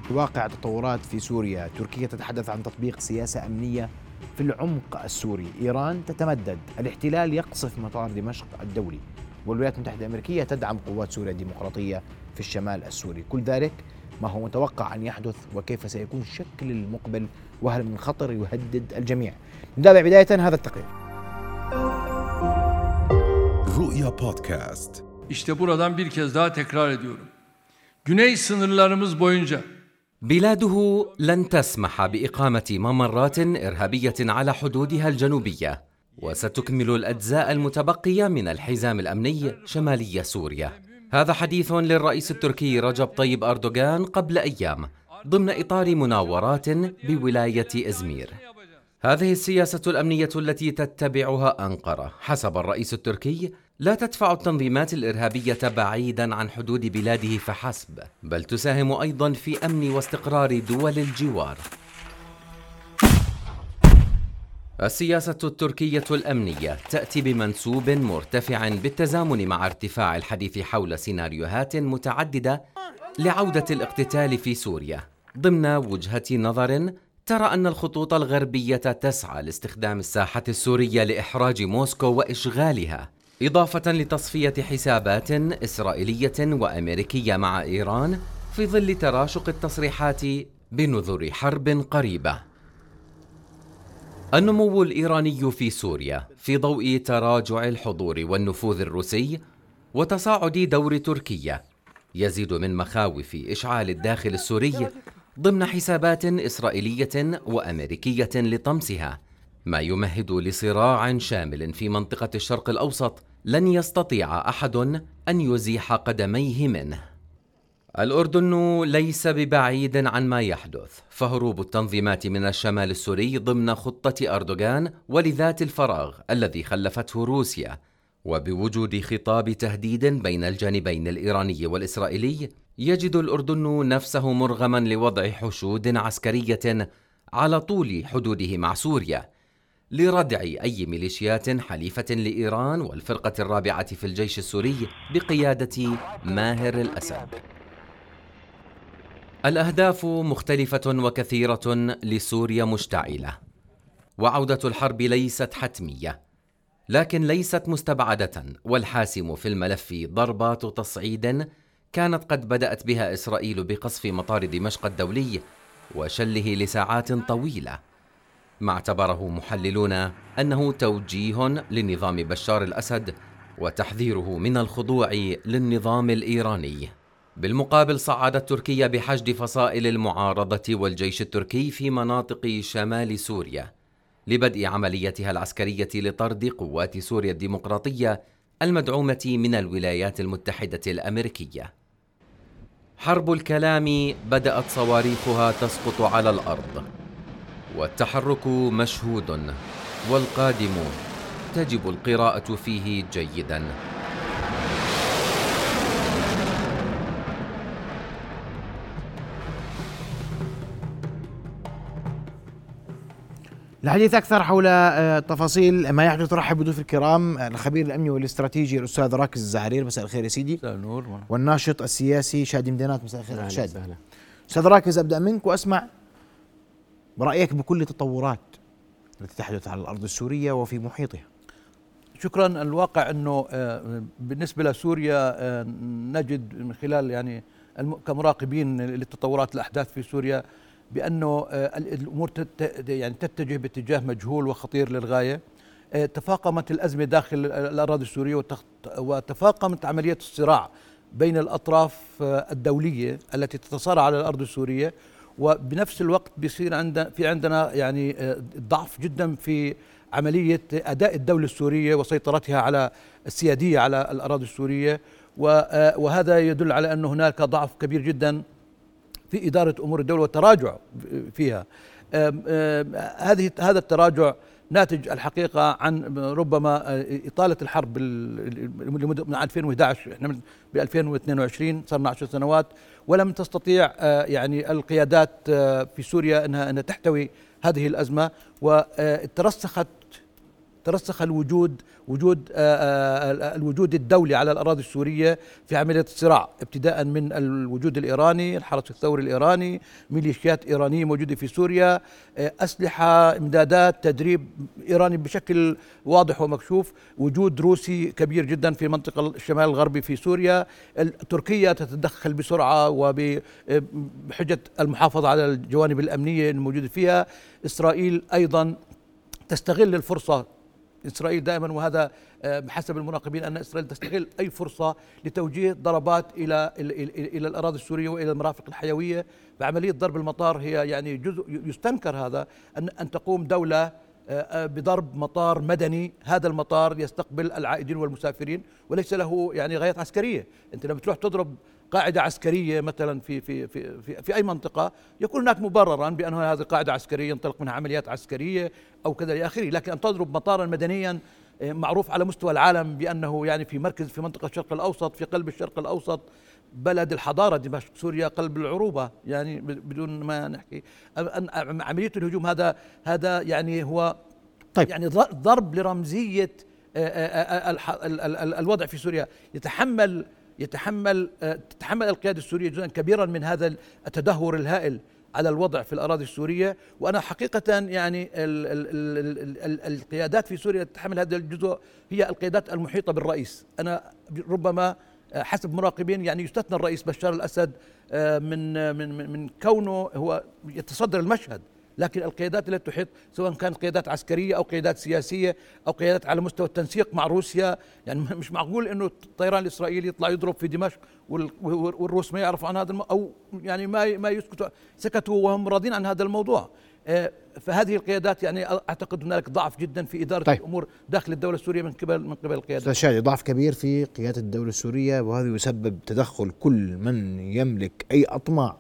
واقع تطورات في سوريا. تركيا تتحدث عن تطبيق سياسة أمنية في العمق السوري. إيران تتمدد. الاحتلال يقصف مطار دمشق الدولي. والولايات المتحدة الأمريكية تدعم قوات سوريا الديمقراطية في الشمال السوري. كل ذلك ما هو متوقع أن يحدث وكيف سيكون الشكل المقبل، وهل من خطر يهدد الجميع؟ نتابع بداية هذا التقرير. رؤيا بودكاست. İşte buradan bir kez daha tekrar ediyorum. Güney sınırlarımız boyunca بلاده لن تسمح بإقامة ممرات إرهابية على حدودها الجنوبية، وستكمل الأجزاء المتبقية من الحزام الأمني شمالي سوريا. هذا حديث للرئيس التركي رجب طيب أردوغان قبل أيام ضمن إطار مناورات بولاية إزمير. هذه السياسة الأمنية التي تتبعها أنقرة حسب الرئيس التركي لا تدفع التنظيمات الإرهابية بعيداً عن حدود بلاده فحسب، بل تساهم أيضاً في أمن واستقرار دول الجوار. السياسة التركية الأمنية تأتي بمنسوب مرتفع بالتزامن مع ارتفاع الحديث حول سيناريوهات متعددة لعودة الاقتتال في سوريا، ضمن وجهة نظر ترى أن الخطوط الغربية تسعى لاستخدام الساحة السورية لإحراج موسكو وإشغالها، إضافة لتصفية حسابات إسرائيلية وأمريكية مع إيران في ظل تراشق التصريحات بنذور حرب قريبة. النمو الإيراني في سوريا في ضوء تراجع الحضور والنفوذ الروسي وتصاعد دور تركيا يزيد من مخاوف إشعال الداخل السوري ضمن حسابات إسرائيلية وأمريكية لطمسها، ما يمهد لصراع شامل في منطقة الشرق الأوسط لن يستطيع أحد أن يزيح قدميه منه. الأردن ليس ببعيد عن ما يحدث، فهروب التنظيمات من الشمال السوري ضمن خطة أردوغان ولذات الفراغ الذي خلفته روسيا، وبوجود خطاب تهديد بين الجانبين الإيراني والإسرائيلي، يجد الأردن نفسه مرغما لوضع حشود عسكرية على طول حدوده مع سوريا لردع أي ميليشيات حليفة لإيران والفرقة الرابعة في الجيش السوري بقيادة ماهر الأسد. الأهداف مختلفة وكثيرة لسوريا مشتعلة، وعودة الحرب ليست حتمية، لكن ليست مستبعدة، والحاسم في الملف ضربات تصعيد كانت قد بدأت بها إسرائيل بقصف مطار دمشق الدولي وشله لساعات طويلة، ما اعتبره محللون أنه توجيه لنظام بشار الأسد وتحذيره من الخضوع للنظام الإيراني. بالمقابل صعدت تركيا بحشد فصائل المعارضة والجيش التركي في مناطق شمال سوريا لبدء عمليتها العسكرية لطرد قوات سوريا الديمقراطية المدعومة من الولايات المتحدة الأمريكية. حرب الكلام بدأت صواريخها تسقط على الأرض، والتحرك مشهود، والقادم تجب القراءة فيه جيداً. الحديث أكثر حول تفاصيل ما يحدث رحب بضيوف الكرام الخبير الأمني والاستراتيجي الأستاذ راكز الزهرير. مساء الخير يا سيدي. مساء النور. والناشط السياسي شادي مدينات. مساء الخير شادي. أستاذ راكز، أبدأ منك وأسمع برأيك بكل التطورات التي تحدث على الأرض السورية وفي محيطها. شكرا. الواقع أنه بالنسبة لسوريا نجد من خلال يعني كمراقبين للتطورات الأحداث في سوريا بأنه الأمور يعني تتجه باتجاه مجهول وخطير للغاية. تفاقمت الأزمة داخل الأراضي السورية وتفاقمت عملية الصراع بين الأطراف الدولية التي تتصارع على الأرض السورية، وبنفس الوقت بيصير عندنا يعني ضعف جدا في عملية أداء الدولة السورية وسيطرتها على السيادية على الأراضي السورية، وهذا يدل على أن هناك ضعف كبير جدا في إدارة أمور الدولة والتراجع فيها. هذا التراجع ناتج الحقيقة عن ربما إطالة الحرب لمدة من 2011. احنا ب 2022 صرنا 10 سنوات ولم تستطيع يعني القيادات في سوريا أنها تحتوي هذه الأزمة، وترسخت ترسخ الوجود الدولي على الأراضي السورية في عملية الصراع، ابتداء من الوجود الإيراني، الحرس الثوري الإيراني، ميليشيات إيرانية موجودة في سوريا، أسلحة، إمدادات، تدريب إيراني بشكل واضح ومكشوف، وجود روسي كبير جدا في منطقة الشمال الغربي في سوريا. تركيا تتدخل بسرعة وبحجة المحافظة على الجوانب الأمنية الموجودة فيها. إسرائيل أيضا تستغل الفرصة، إسرائيل دائما، وهذا بحسب المراقبين، أن إسرائيل تستغل أي فرصة لتوجيه ضربات إلى الأراضي السورية وإلى المرافق الحيوية. بعملية ضرب المطار هي يعني جزء يستنكر هذا، أن تقوم دولة بضرب مطار مدني. هذا المطار يستقبل العائدين والمسافرين وليس له يعني غايات عسكرية. أنت لما تروح تضرب قاعدة عسكرية مثلا في أي منطقة، يكون هناك مبررا بأن هذه قاعدة عسكرية ينطلق منها عمليات عسكرية أو كذا إلى آخره، لكن أن تضرب مطارا مدنيا معروف على مستوى العالم بأنه يعني في مركز في منطقة الشرق الأوسط، في قلب الشرق الأوسط، بلد الحضارة دمشق، سوريا قلب العروبة، يعني بدون ما نحكي. عملية الهجوم هذا يعني هو طيب. يعني ضرب لرمزية الوضع في سوريا. تتحمل القيادة السورية جزءا كبيرا من هذا التدهور الهائل على الوضع في الأراضي السورية. وأنا حقيقة يعني القيادات في سوريا تتحمل هذا الجزء هي القيادات المحيطة بالرئيس. أنا ربما حسب مراقبين يعني يستثنى الرئيس بشار الأسد من كونه هو يتصدر المشهد، لكن القيادات التي تحيط سواء كانت قيادات عسكرية أو قيادات سياسية أو قيادات على مستوى التنسيق مع روسيا، يعني مش معقول إنه الطيران الإسرائيلي يطلع يضرب في دمشق والروس ما يعرفوا عن هذا أو يعني ما سكتوا وهم راضين عن هذا الموضوع. فهذه القيادات يعني أعتقد هنالك ضعف جدا في إدارة طيب. الأمور داخل الدولة السورية من قبل القيادات. أستاذ شادي، ضعف كبير في قيادة الدولة السورية، وهذا يسبب تدخل كل من يملك أي أطماع.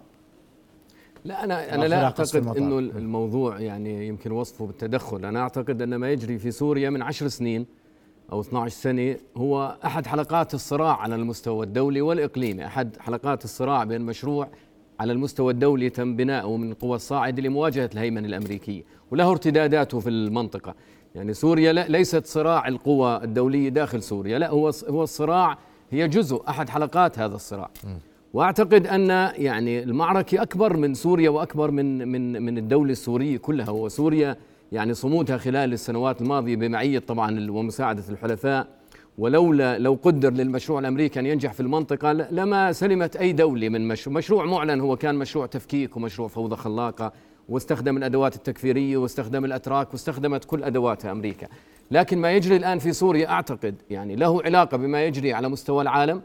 لا أنا لا أعتقد أنه الموضوع يعني يمكن وصفه بالتدخل. أنا أعتقد أن ما يجري في سوريا من 10 سنين أو 12 سنة هو أحد حلقات الصراع على المستوى الدولي والإقليمي، أحد حلقات الصراع بين مشروع على المستوى الدولي تم بناؤه من القوى الصاعدة لمواجهة الهيمنة الأمريكية وله ارتداداته في المنطقة. يعني سوريا ليست صراع القوى الدولية داخل سوريا، لا هو الصراع هي جزء أحد حلقات هذا الصراع. واعتقد ان يعني المعركه اكبر من سوريا واكبر من الدوله السوريه كلها. وسوريا يعني صمودها خلال السنوات الماضيه بمعيه طبعا ومساعده الحلفاء، ولولا لو قدر للمشروع الامريكي ان ينجح في المنطقه لما سلمت اي دوله من مشروع معلن. هو كان مشروع تفكيك ومشروع فوضى خلاقه، واستخدم الادوات التكفيريه واستخدم الاتراك واستخدمت كل ادواتها امريكا. لكن ما يجري الان في سوريا اعتقد يعني له علاقه بما يجري على مستوى العالم.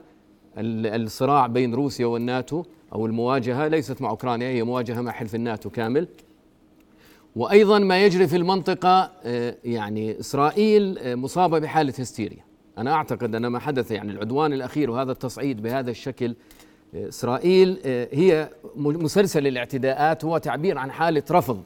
الصراع بين روسيا والناتو أو المواجهة ليست مع أوكرانيا، هي مواجهة مع حلف الناتو كامل. وأيضا ما يجري في المنطقة، يعني إسرائيل مصابة بحالة هستيريا. أنا أعتقد أن ما حدث يعني العدوان الأخير وهذا التصعيد بهذا الشكل، إسرائيل هي مسلسل الاعتداءات، هو تعبير عن حالة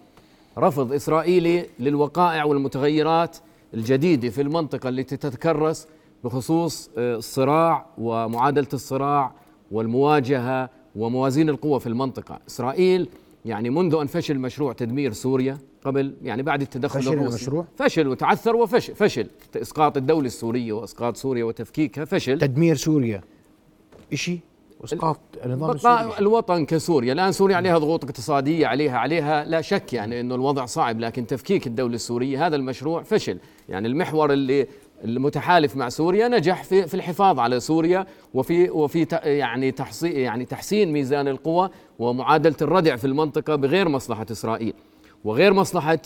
رفض إسرائيلي للوقائع والمتغيرات الجديدة في المنطقة التي تتكرس بخصوص الصراع ومعادلة الصراع والمواجهة وموازين القوى في المنطقة. إسرائيل يعني منذ أن فشل مشروع تدمير سوريا قبل يعني بعد التدخل الروسي، فشل وتعثر وفشل إسقاط الدولة السورية وإسقاط سوريا وتفكيكها، فشل تدمير سوريا إشي، وإسقاط النظام السوري، الوطن كسوريا. الآن سوريا عليها ضغوط اقتصادية، عليها لا شك يعني إنه الوضع صعب، لكن تفكيك الدولة السورية هذا المشروع فشل. يعني المحور اللي المتحالف مع سوريا نجح في الحفاظ على سوريا وفي يعني تحسين ميزان القوى ومعادلة الردع في المنطقة بغير مصلحة إسرائيل وغير مصلحة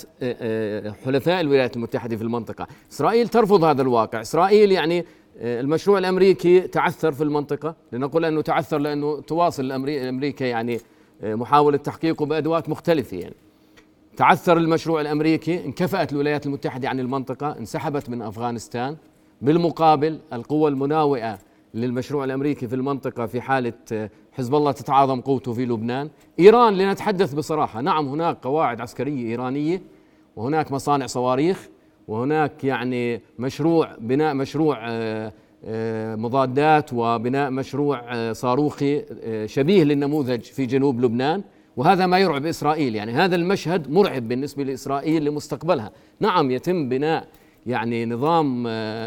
حلفاء الولايات المتحدة في المنطقة. إسرائيل ترفض هذا الواقع. إسرائيل يعني المشروع الأمريكي تعثر في المنطقة، لنقول أنه تعثر لأنه تواصل أمريكا يعني محاولة تحقيقه بأدوات مختلفة. يعني تعثر المشروع الأمريكي، انكفأت الولايات المتحدة عن المنطقة، انسحبت من أفغانستان. بالمقابل القوى المناوئة للمشروع الأمريكي في المنطقة في حالة حزب الله تتعاظم قوته في لبنان. إيران لنتحدث بصراحة، نعم هناك قواعد عسكرية إيرانية وهناك مصانع صواريخ وهناك يعني بناء مشروع مضادات وبناء مشروع صاروخي شبيه للنموذج في جنوب لبنان، وهذا ما يرعب إسرائيل. يعني هذا المشهد مرعب بالنسبة لإسرائيل لمستقبلها. نعم يتم بناء يعني نظام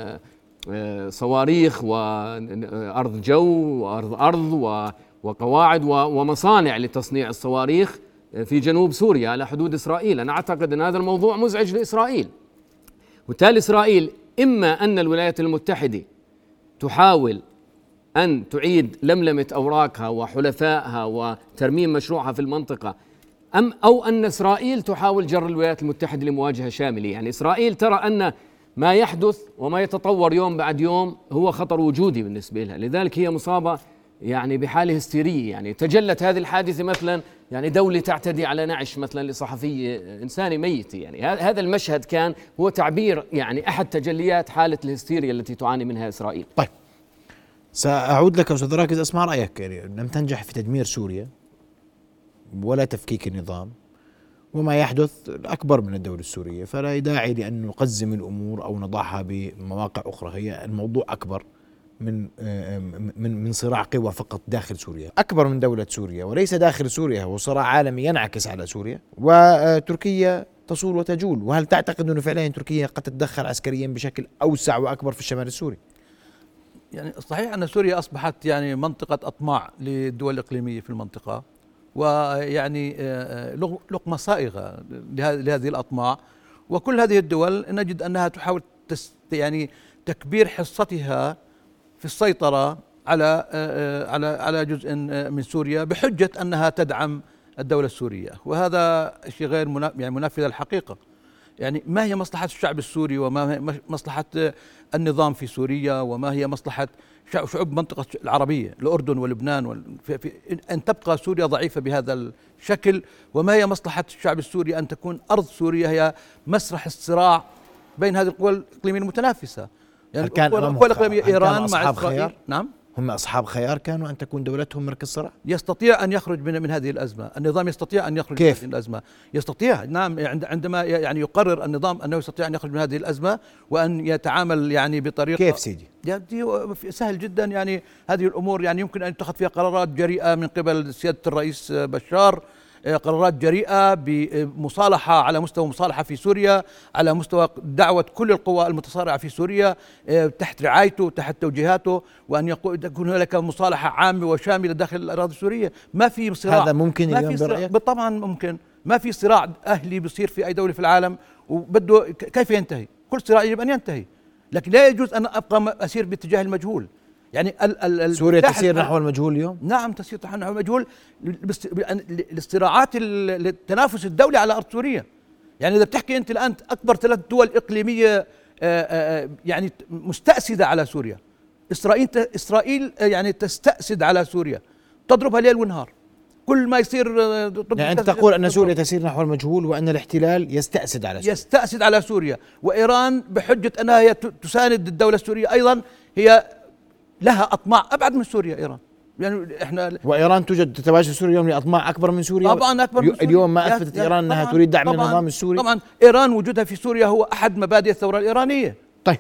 صواريخ وأرض جو وأرض أرض وقواعد ومصانع لتصنيع الصواريخ في جنوب سوريا على حدود إسرائيل. أنا أعتقد أن هذا الموضوع مزعج لإسرائيل، وبالتالي إسرائيل إما أن الولايات المتحدة تحاول أن تعيد لملمة أوراقها وحلفائها وترميم مشروعها في المنطقة، أو أن إسرائيل تحاول جر الولايات المتحدة لمواجهة شاملة. يعني إسرائيل ترى أن ما يحدث وما يتطور يوم بعد يوم هو خطر وجودي بالنسبة لها، لذلك هي مصابة يعني بحالة هستيرية. يعني تجلت هذه الحادثة مثلا يعني دولة تعتدي على نعش مثلا لصحفي إنساني ميت، يعني هذا المشهد كان هو تعبير يعني أحد تجليات حالة الهستيريا التي تعاني منها إسرائيل. طيب سأعود لك أستاذ راكز، أسمع رأيك. يعني لم تنجح في تدمير سوريا ولا تفكيك النظام، وما يحدث أكبر من الدولة السورية، فلا داعي لأن نقزم الأمور أو نضعها بمواقع أخرى. هي الموضوع أكبر من صراع قوى فقط داخل سوريا، أكبر من دولة سوريا وليس داخل سوريا، هو صراع عالمي ينعكس على سوريا، وتركيا تصول وتجول. وهل تعتقد أنه فعليا تركيا قد تتدخل عسكريا بشكل أوسع وأكبر في الشمال السوري؟ يعني صحيح أن سوريا أصبحت يعني منطقة أطماع للدول الإقليمية في المنطقة، ويعني لقمة صائغة لهذه الأطماع، وكل هذه الدول نجد أنها تحاول يعني تكبير حصتها في السيطرة على جزء من سوريا بحجة أنها تدعم الدولة السورية، وهذا شيء غير منافي للحقيقة. يعني ما هي مصلحة الشعب السوري، وما هي مصلحة النظام في سوريا، وما هي مصلحة شعوب المنطقة العربية الأردن ولبنان أن تبقى سوريا ضعيفة بهذا الشكل، وما هي مصلحة الشعب السوري أن تكون أرض سوريا هي مسرح الصراع بين هذه القوى الإقليمية المتنافسة. يعني القوى الإقليمية إيران مع إسرائيل. نعم، هم أصحاب خيار كانوا أن تكون دولتهم مركز صراع. يستطيع أن يخرج من هذه الأزمة، النظام يستطيع أن يخرج كيف؟ من هذه الأزمة، يستطيع. نعم، عندما يعني يقرر النظام أنه يستطيع أن يخرج من هذه الأزمة وأن يتعامل يعني بطريقة. كيف سيدي؟ سهل جدا. يعني هذه الأمور يعني يمكن أن يتخذ فيها قرارات جريئة من قبل سيادة الرئيس بشار، قرارات جريئة بمصالحة على مستوى مصالحة في سوريا، على مستوى دعوة كل القوى المتصارعة في سوريا تحت رعايته تحت توجيهاته، وأن تكون هناك مصالحة عامة وشاملة داخل الأراضي السورية. ما في صراع. هذا ممكن اليوم برأيك؟ طبعا ممكن. ما في صراع أهلي بيصير في أي دولة في العالم وبده كيف ينتهي. كل صراع يجب أن ينتهي، لكن لا يجوز أن أبقى أسير باتجاه المجهول. يعني سوريا تسير نحو المجهول اليوم؟ نعم تسير نحو المجهول. الاصطراعات التنافس الدولي على أرض سوريا. يعني إذا بتحكي أنت الآن أكبر 3 دول إقليمية يعني مستأسدة على سوريا. إسرائيل يعني تستأسد على سوريا، تضربها ليل ونهار. كل ما يصير يعني أنت تقول أن سوريا تسير نحو المجهول وأن الاحتلال يستأسد على سوريا. يستأسد على سوريا، وإيران بحجة أنها هي تساند الدولة السورية أيضا هي لها أطماع أبعد من سوريا. إيران يعني إحنا وإيران توجد تتواجد سوريا اليوم لأطماع أكبر من سوريا. طبعا أكبر من سوريا. اليوم ما أثبتت إيران أنها تريد دعم النظام السوري. طبعا إيران وجودها في سوريا هو أحد مبادئ الثورة الإيرانية. طيب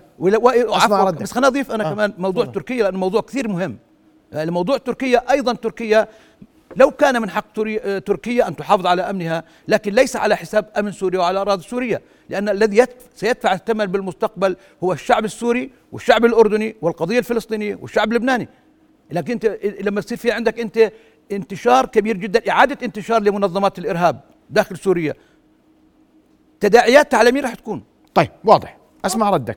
بس خلينا نضيف أنا كمان موضوع تركيا، لأن موضوع كثير مهم. يعني موضوع تركيا أيضا، تركيا لو كان من حق تركيا أن تحافظ على أمنها، لكن ليس على حساب أمن سوريا وعلى أراضي سوريا، لأن الذي سيدفع الثمن بالمستقبل هو الشعب السوري والشعب الأردني والقضية الفلسطينية والشعب اللبناني. لكن أنت لما يصير في عندك أنت انتشار كبير جدا، إعادة انتشار لمنظمات الإرهاب داخل سوريا، تداعياتها على مين راح تكون؟ طيب واضح. أسمع ردك.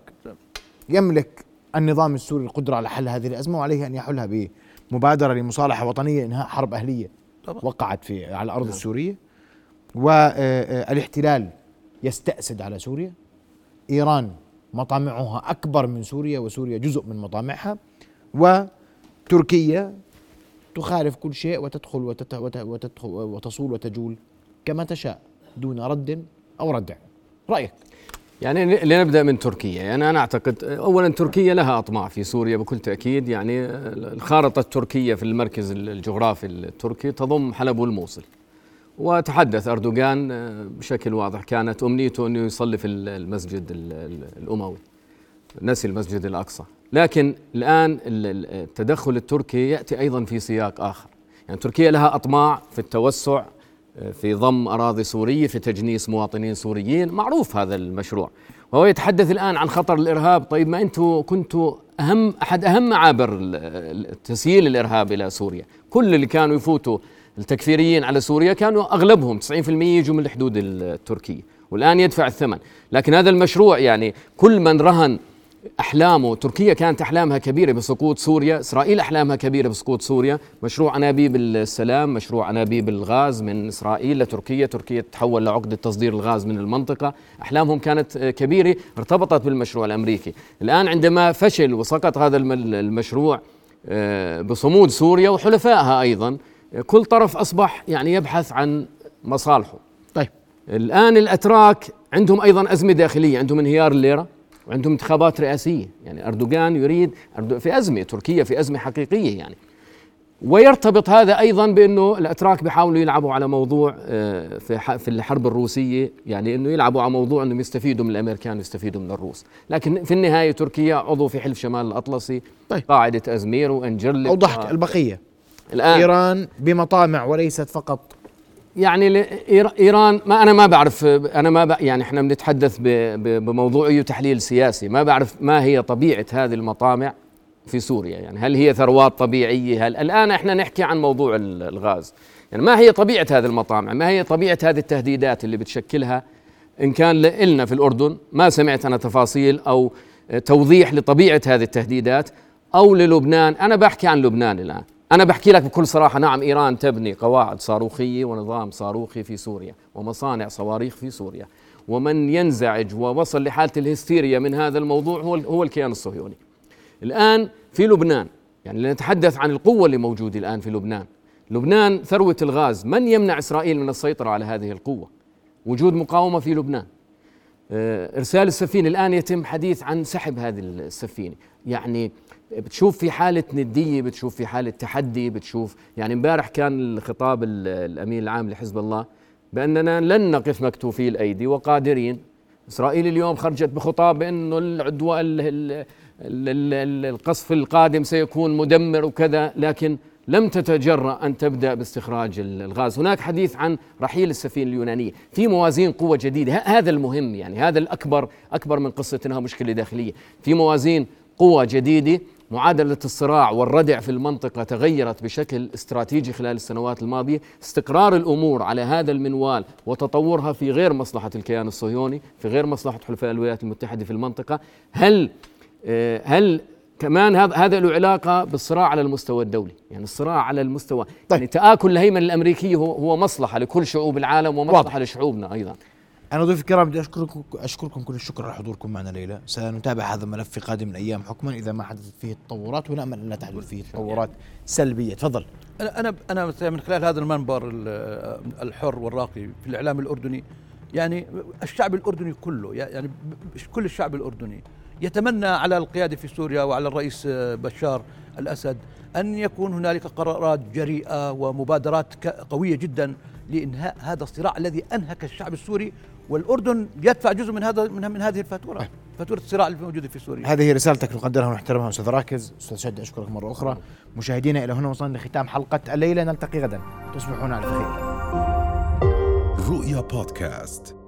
يملك النظام السوري القدرة على حل هذه الأزمة، وعليه أن يحلها بمبادرة لمصالحة وطنية إنهاء حرب أهلية طبعا وقعت على الأرض السورية، والاحتلال يستأسد على سوريا. إيران مطامعها أكبر من سوريا وسوريا جزء من مطامعها، وتركيا تخالف كل شيء وتدخل وتصول وتجول كما تشاء دون رد أو ردع. رأيك؟ يعني لنبدأ من تركيا. يعني أنا أعتقد أولا تركيا لها أطماع في سوريا بكل تأكيد. يعني الخارطة التركية في المركز الجغرافي التركي تضم حلب والموصل، وتحدث أردوغان بشكل واضح كانت أمنيته أنه يصلي في المسجد الأموي، نسي المسجد الأقصى. لكن الآن التدخل التركي يأتي أيضا في سياق آخر. يعني تركيا لها أطماع في في ضم أراضي سورية، في تجنيس مواطنين سوريين، معروف هذا المشروع، فهو يتحدث الآن عن خطر الإرهاب. طيب ما أنتم كنتوا أحد أهم معابر تسييل الإرهاب إلى سوريا. كل اللي كانوا يفوتوا التكفيريين على سوريا كانوا أغلبهم 90% يجوا من الحدود التركية، والآن يدفع الثمن. لكن هذا المشروع يعني كل من رهن أحلامه، تركيا كانت أحلامها كبيرة بسقوط سوريا، إسرائيل أحلامها كبيرة بسقوط سوريا. مشروع أنابيب السلام، مشروع أنابيب الغاز من إسرائيل لتركيا، تركيا تحول لعقدة تصدير الغاز من المنطقة. أحلامهم كانت كبيرة، ارتبطت بالمشروع الأمريكي. الآن عندما فشل وسقط هذا المشروع بصمود سوريا وحلفائها أيضا، كل طرف أصبح يعني يبحث عن مصالحه. طيب الآن الأتراك عندهم أيضا أزمة داخلية، عندهم انهيار الليرة وعندهم انتخابات رئاسية. يعني أردوغان يريد في أزمة، تركيا في أزمة حقيقية يعني. ويرتبط هذا أيضا بأنه الأتراك بيحاولوا يلعبوا على موضوع في الحرب الروسية، يعني أنه يلعبوا على موضوع أنهم يستفيدوا من الأمريكان ويستفيدوا من الروس. لكن في النهاية تركيا عضو في حلف شمال الأطلسي. طيب. قاعدة أزمير وأنجلك أوضحت البقية. الآن إيران بمطامع وليست فقط يعني إيران ما بعرف يعني احنا بنتحدث بموضوعي وتحليل سياسي. ما بعرف ما هي طبيعة هذه المطامع في سوريا، يعني هل هي ثروات طبيعية؟ الآن احنا نحكي عن موضوع الغاز، يعني ما هي طبيعة هذه المطامع؟ ما هي طبيعة هذه التهديدات اللي بتشكلها؟ إن كان لنا في الأردن ما سمعت أنا تفاصيل أو توضيح لطبيعة هذه التهديدات، أو للبنان. أنا بحكي عن لبنان الآن، أنا بحكي لك بكل صراحة. نعم، إيران تبني قواعد صاروخية ونظام صاروخي في سوريا ومصانع صواريخ في سوريا، ومن ينزعج ووصل لحالة الهستيريا من هذا الموضوع هو الكيان الصهيوني. الآن في لبنان، يعني لنتحدث عن القوة اللي موجودة الآن في لبنان. لبنان ثروة الغاز، من يمنع إسرائيل من السيطرة على هذه القوة؟ وجود مقاومة في لبنان. إرسال السفينة، الآن يتم حديث عن سحب هذه السفينة. يعني بتشوف في حالة ندية، بتشوف في حالة تحدي، بتشوف يعني امبارح كان الخطاب الأمين العام لحزب الله بأننا لن نقف مكتوفي الأيدي وقادرين. إسرائيل اليوم خرجت بخطاب بأنه القصف القادم سيكون مدمر وكذا، لكن لم تتجرأ أن تبدأ باستخراج الغاز. هناك حديث عن رحيل السفينة اليونانية. في موازين قوة جديدة، هذا المهم، يعني هذا الأكبر من قصة أنها مشكلة داخلية. في موازين قوة جديدة. معادلة الصراع والردع في المنطقة تغيرت بشكل استراتيجي خلال السنوات الماضية. استقرار الأمور على هذا المنوال وتطورها في غير مصلحة الكيان الصهيوني، في غير مصلحة حلفاء الولايات المتحدة في المنطقة. هل كمان هذا له علاقة بالصراع على المستوى الدولي؟ يعني الصراع على المستوى طيب. يعني تآكل الهيمنة الأمريكية هو مصلحة لكل شعوب العالم ومصلحة لشعوبنا أيضا. أنا ضيوف الكرام بدي أشكركم كل الشكر على حضوركم معنا ليلة. سنتابع هذا الملف في قادم الأيام حكما إذا ما حدثت فيه تطورات، ونأمل أن لا تحدث فيه تطورات سلبية. تفضل. أنا من خلال هذا المنبر الحر والراقي في الإعلام الأردني، يعني الشعب الأردني كله، يعني كل الشعب الأردني يتمنى على القيادة في سوريا وعلى الرئيس بشار الأسد أن يكون هنالك قرارات جريئة ومبادرات قوية جدا لإنهاء هذا الصراع الذي أنهك الشعب السوري، والأردن يدفع جزء من هذه الفاتورة، فاتورة الصراع الموجودة في سوريا. هذه رسالتك نقدرها ونحترمها أستاذ راكز. أستاذ شد، أشكرك مرة أخرى. مشاهدينا إلى هنا وصلنا لختام حلقة الليلة، نلتقي غدا، تصبحون على خير. رؤيا بودكاست.